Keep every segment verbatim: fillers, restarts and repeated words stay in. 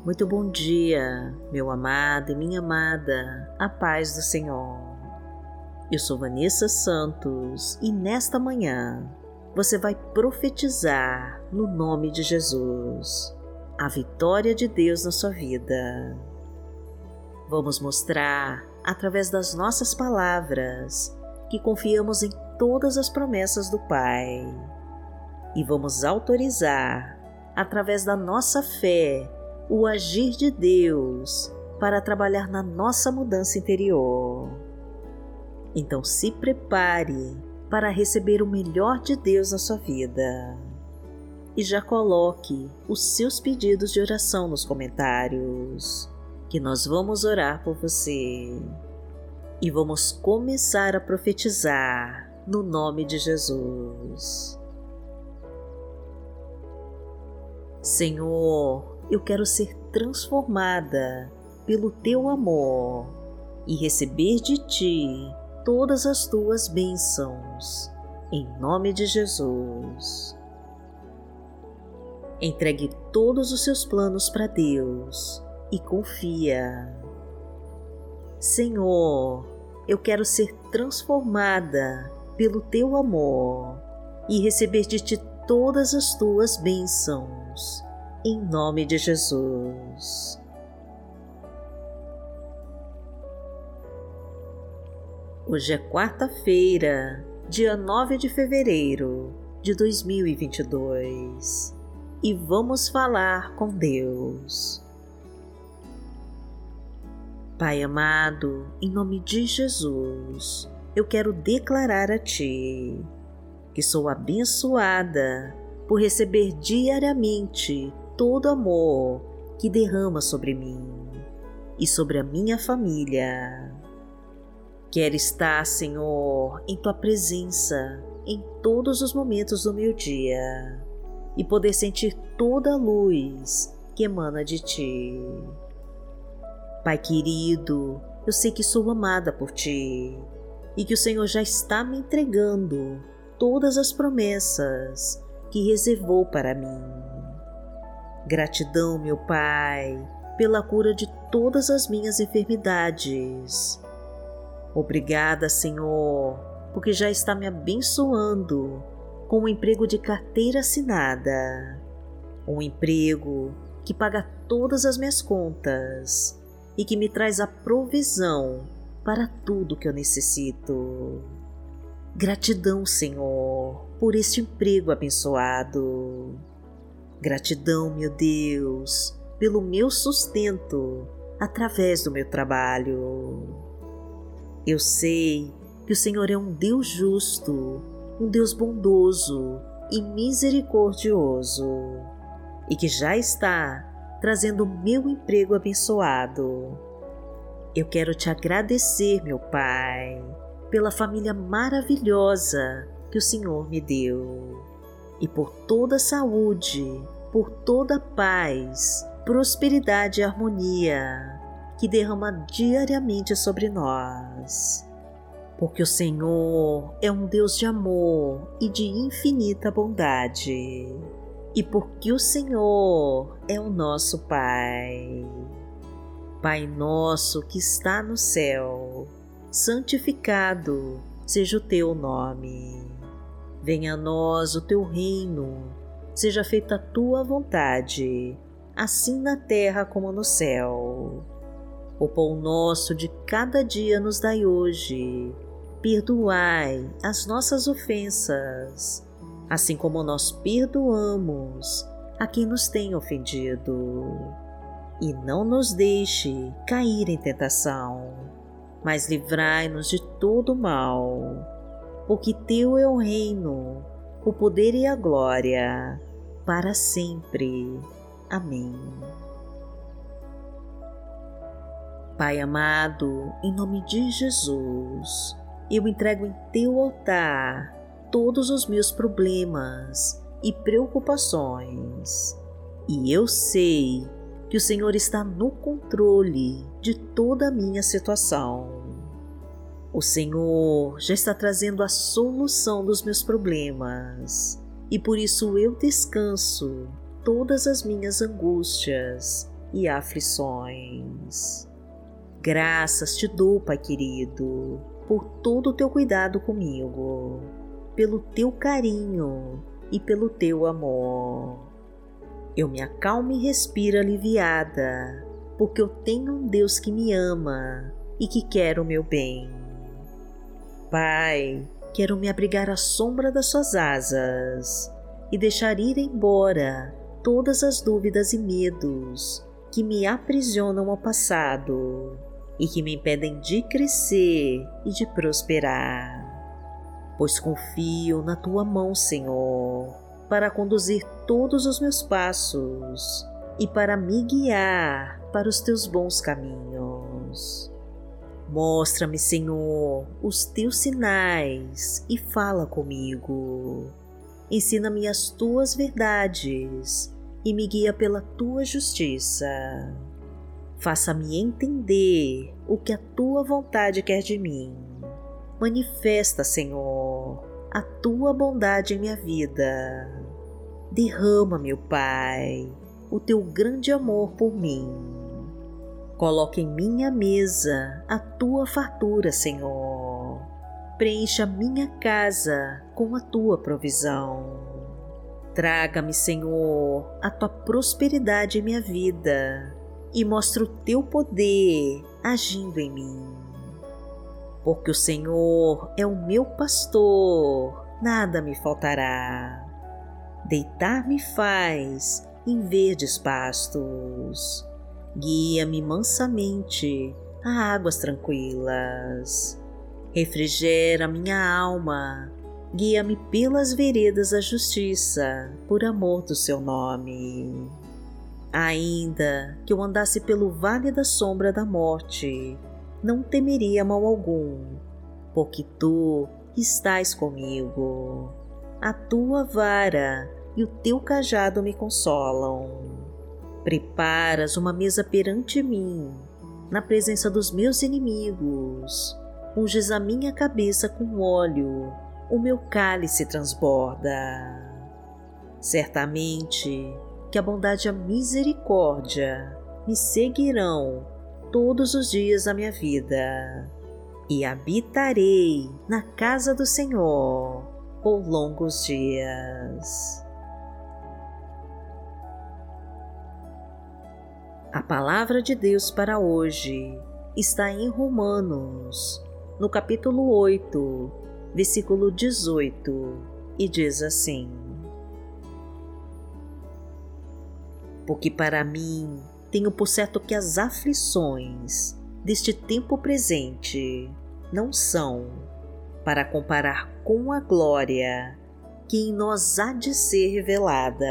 Muito bom dia, meu amado e minha amada, a paz do Senhor. Eu sou Vanessa Santos e nesta manhã você vai profetizar no nome de Jesus a vitória de Deus na sua vida. Vamos mostrar, através das nossas palavras, que confiamos em todas as promessas do Pai. E vamos autorizar, através da nossa fé, o agir de Deus para trabalhar na nossa mudança interior. Então se prepare para receber o melhor de Deus na sua vida. E já coloque os seus pedidos de oração nos comentários, que nós vamos orar por você. E vamos começar a profetizar no nome de Jesus. Senhor, eu quero ser transformada pelo Teu amor e receber de Ti todas as Tuas bênçãos, em nome de Jesus. Entregue todos os seus planos para Deus e confia. Senhor, eu quero ser transformada pelo Teu amor e receber de Ti todas as Tuas bênçãos, em nome de Jesus. Hoje é quarta-feira, dia nove de fevereiro de dois mil e vinte e dois, e vamos falar com Deus. Pai amado, em nome de Jesus, eu quero declarar a Ti que sou abençoada por receber diariamente todo amor que derrama sobre mim e sobre a minha família. Quero estar, Senhor, em Tua presença em todos os momentos do meu dia e poder sentir toda a luz que emana de Ti. Pai querido, eu sei que sou amada por Ti e que o Senhor já está me entregando todas as promessas que reservou para mim. Gratidão, meu Pai, pela cura de todas as minhas enfermidades. Obrigada, Senhor, porque já está me abençoando com um emprego de carteira assinada, um emprego que paga todas as minhas contas e que me traz a provisão para tudo que eu necessito. Gratidão, Senhor, por este emprego abençoado. Gratidão, meu Deus, pelo meu sustento através do meu trabalho. Eu sei que o Senhor é um Deus justo, um Deus bondoso e misericordioso, e que já está trazendo o meu emprego abençoado. Eu quero Te agradecer, meu Pai, pela família maravilhosa que o Senhor me deu e por toda a saúde, por toda a paz, prosperidade e harmonia que derrama diariamente sobre nós. Porque o Senhor é um Deus de amor e de infinita bondade, e porque o Senhor é o nosso Pai. Pai nosso que está no céu, santificado seja o Teu nome. Venha a nós o Teu reino, seja feita a Tua vontade, assim na terra como no céu. O pão nosso de cada dia nos dai hoje. Perdoai as nossas ofensas, assim como nós perdoamos a quem nos tem ofendido. E não nos deixe cair em tentação, mas livrai-nos de todo o mal, porque Teu é o reino, o poder e a glória, para sempre. Amém. Pai amado, em nome de Jesus, eu entrego em Teu altar todos os meus problemas e preocupações, e eu sei que o Senhor está no controle de toda a minha situação. O Senhor já está trazendo a solução dos meus problemas, e por isso eu descanso todas as minhas angústias e aflições. Graças te dou, Pai querido, por todo o teu cuidado comigo, pelo teu carinho e pelo teu amor. Eu me acalmo e respiro aliviada, porque eu tenho um Deus que me ama e que quer o meu bem. Pai, quero me abrigar à sombra das suas asas e deixar ir embora todas as dúvidas e medos que me aprisionam ao passado e que me impedem de crescer e de prosperar. Pois confio na tua mão, Senhor, para conduzir todos os meus passos e para me guiar para os teus bons caminhos. Mostra-me, Senhor, os teus sinais e fala comigo. Ensina-me as tuas verdades e me guia pela tua justiça. Faça-me entender o que a tua vontade quer de mim. Manifesta, Senhor, a tua bondade em minha vida. Derrama, meu Pai, o teu grande amor por mim. Coloca em minha mesa a tua fartura, Senhor. Preencha minha casa com a tua provisão. Traga-me, Senhor, a tua prosperidade em minha vida e mostra o teu poder agindo em mim. Porque o Senhor é o meu pastor, nada me faltará. Deitar-me faz em verdes pastos. Guia-me mansamente a águas tranquilas. Refrigera minha alma. Guia-me pelas veredas da justiça, por amor do seu nome. Ainda que eu andasse pelo vale da sombra da morte, não temeria mal algum, porque tu estás comigo. A tua vara e o teu cajado me consolam. Preparas uma mesa perante mim, na presença dos meus inimigos. Unges a minha cabeça com óleo, o meu cálice transborda. Certamente que a bondade e a misericórdia me seguirão todos os dias da minha vida, e habitarei na casa do Senhor por longos dias. A palavra de Deus para hoje está em Romanos, no capítulo oito, versículo dezoito, e diz assim: Porque para mim tenho por certo que as aflições deste tempo presente não são para comparar com a glória que em nós há de ser revelada.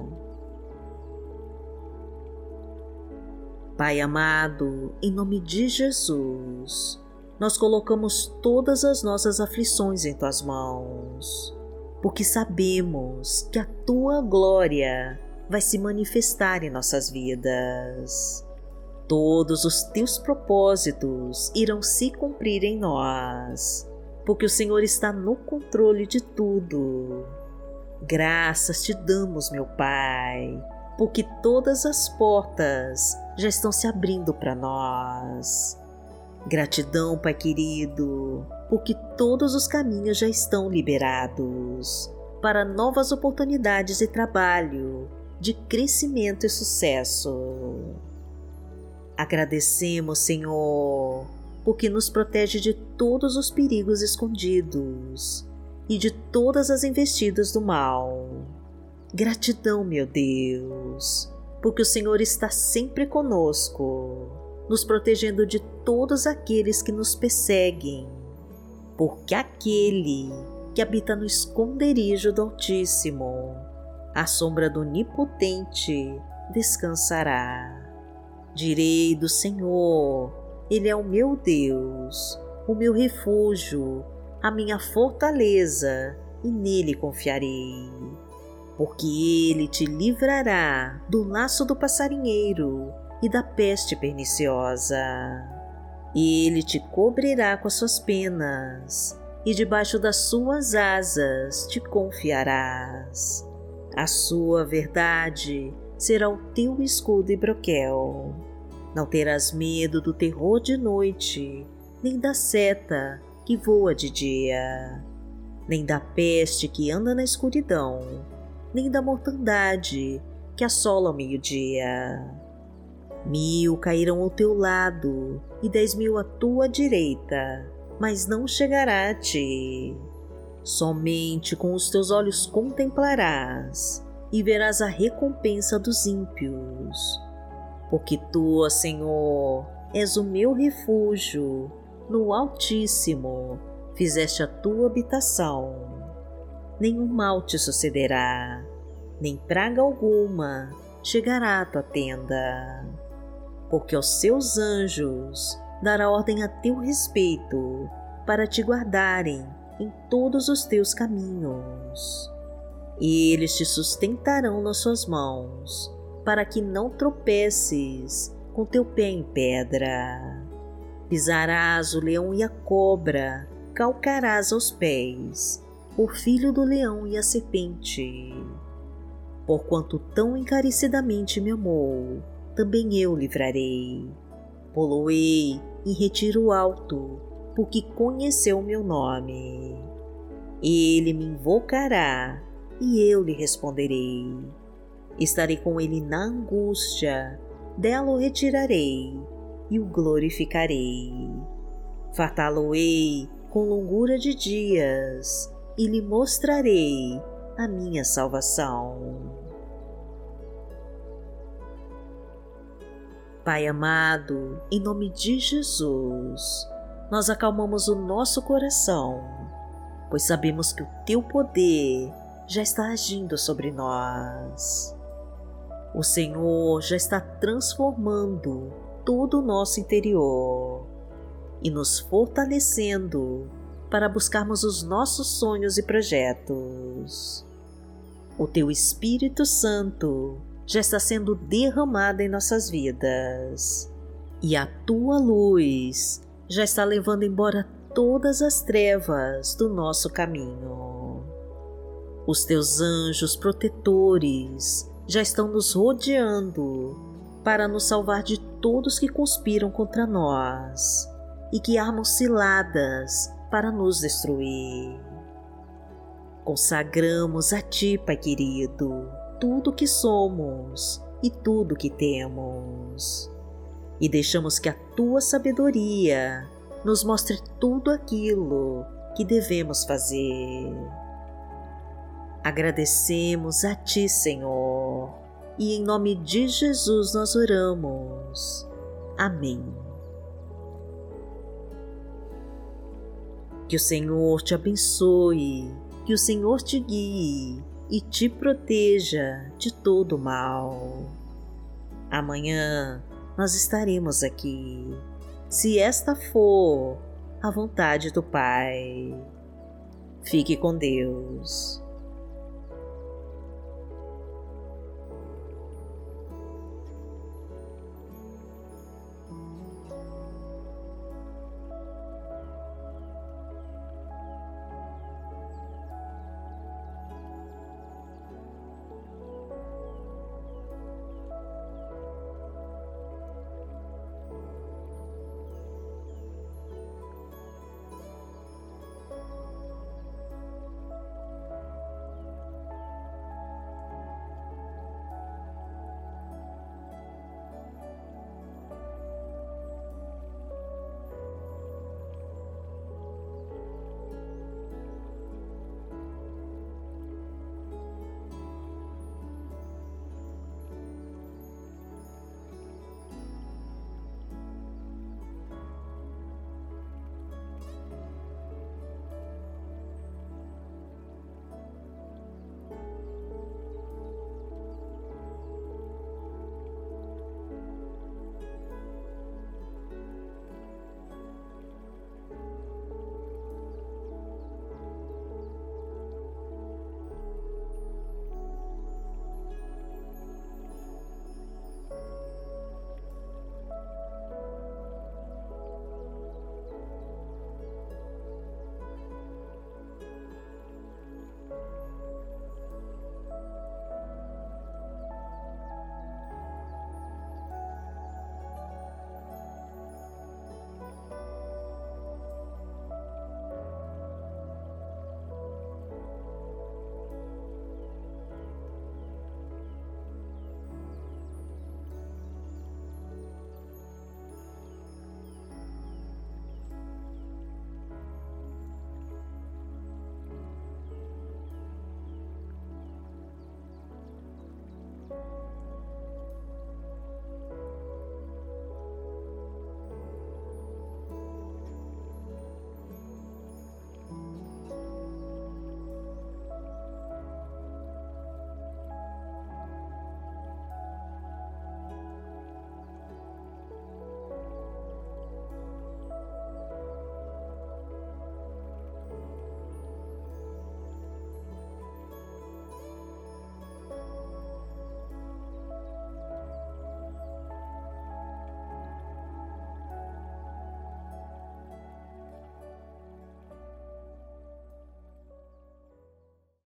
Pai amado, em nome de Jesus, nós colocamos todas as nossas aflições em tuas mãos, porque sabemos que a tua glória vai se manifestar em nossas vidas. Todos os teus propósitos irão se cumprir em nós, porque o Senhor está no controle de tudo. Graças te damos, meu Pai, porque todas as portas já estão se abrindo para nós. Gratidão, Pai querido, porque todos os caminhos já estão liberados para novas oportunidades de trabalho, de crescimento e sucesso. Agradecemos, Senhor, porque nos protege de todos os perigos escondidos e de todas as investidas do mal. Gratidão, meu Deus, porque o Senhor está sempre conosco, nos protegendo de todos aqueles que nos perseguem, porque aquele que habita no esconderijo do Altíssimo, à sombra do Onipotente, descansará. Direi do Senhor, Ele é o meu Deus, o meu refúgio, a minha fortaleza, e nele confiarei. Porque Ele te livrará do laço do passarinheiro e da peste perniciosa. Ele te cobrirá com as suas penas, e debaixo das suas asas te confiarás. A sua verdade será o teu escudo e broquel. Não terás medo do terror de noite, nem da seta que voa de dia, nem da peste que anda na escuridão, nem da mortandade que assola ao meio-dia. Mil cairão ao teu lado e dez mil à tua direita, mas não chegará a ti. Somente com os teus olhos contemplarás e verás a recompensa dos ímpios. Porque tu, ó Senhor, és o meu refúgio, no Altíssimo fizeste a tua habitação. Nenhum mal te sucederá, nem praga alguma chegará à tua tenda. Porque aos seus anjos dará ordem a teu respeito, para te guardarem em todos os teus caminhos. Eles te sustentarão nas suas mãos, para que não tropeces com teu pé em pedra. Pisarás o leão e a cobra, calcarás aos pés, o filho do leão e a serpente. Porquanto tão encarecidamente me amou, também eu livrarei. Poloei em retiro alto, porque conheceu o meu nome. Ele me invocará, e eu lhe responderei. Estarei com ele na angústia, dela o retirarei e o glorificarei. Fartá-lo-ei com longura de dias e lhe mostrarei a minha salvação. Pai amado, em nome de Jesus, nós acalmamos o nosso coração, pois sabemos que o teu poder já está agindo sobre nós. O Senhor já está transformando todo o nosso interior e nos fortalecendo para buscarmos os nossos sonhos e projetos. O teu Espírito Santo já está sendo derramado em nossas vidas e a tua luz já está levando embora todas as trevas do nosso caminho. Os teus anjos protetores já estão nos rodeando para nos salvar de todos que conspiram contra nós e que armam ciladas para nos destruir. Consagramos a Ti, Pai querido, tudo o que somos e tudo o que temos, e deixamos que a Tua sabedoria nos mostre tudo aquilo que devemos fazer. Agradecemos a Ti, Senhor, e em nome de Jesus nós oramos. Amém. Que o Senhor te abençoe, que o Senhor te guie e te proteja de todo o mal. Amanhã nós estaremos aqui, se esta for a vontade do Pai. Fique com Deus.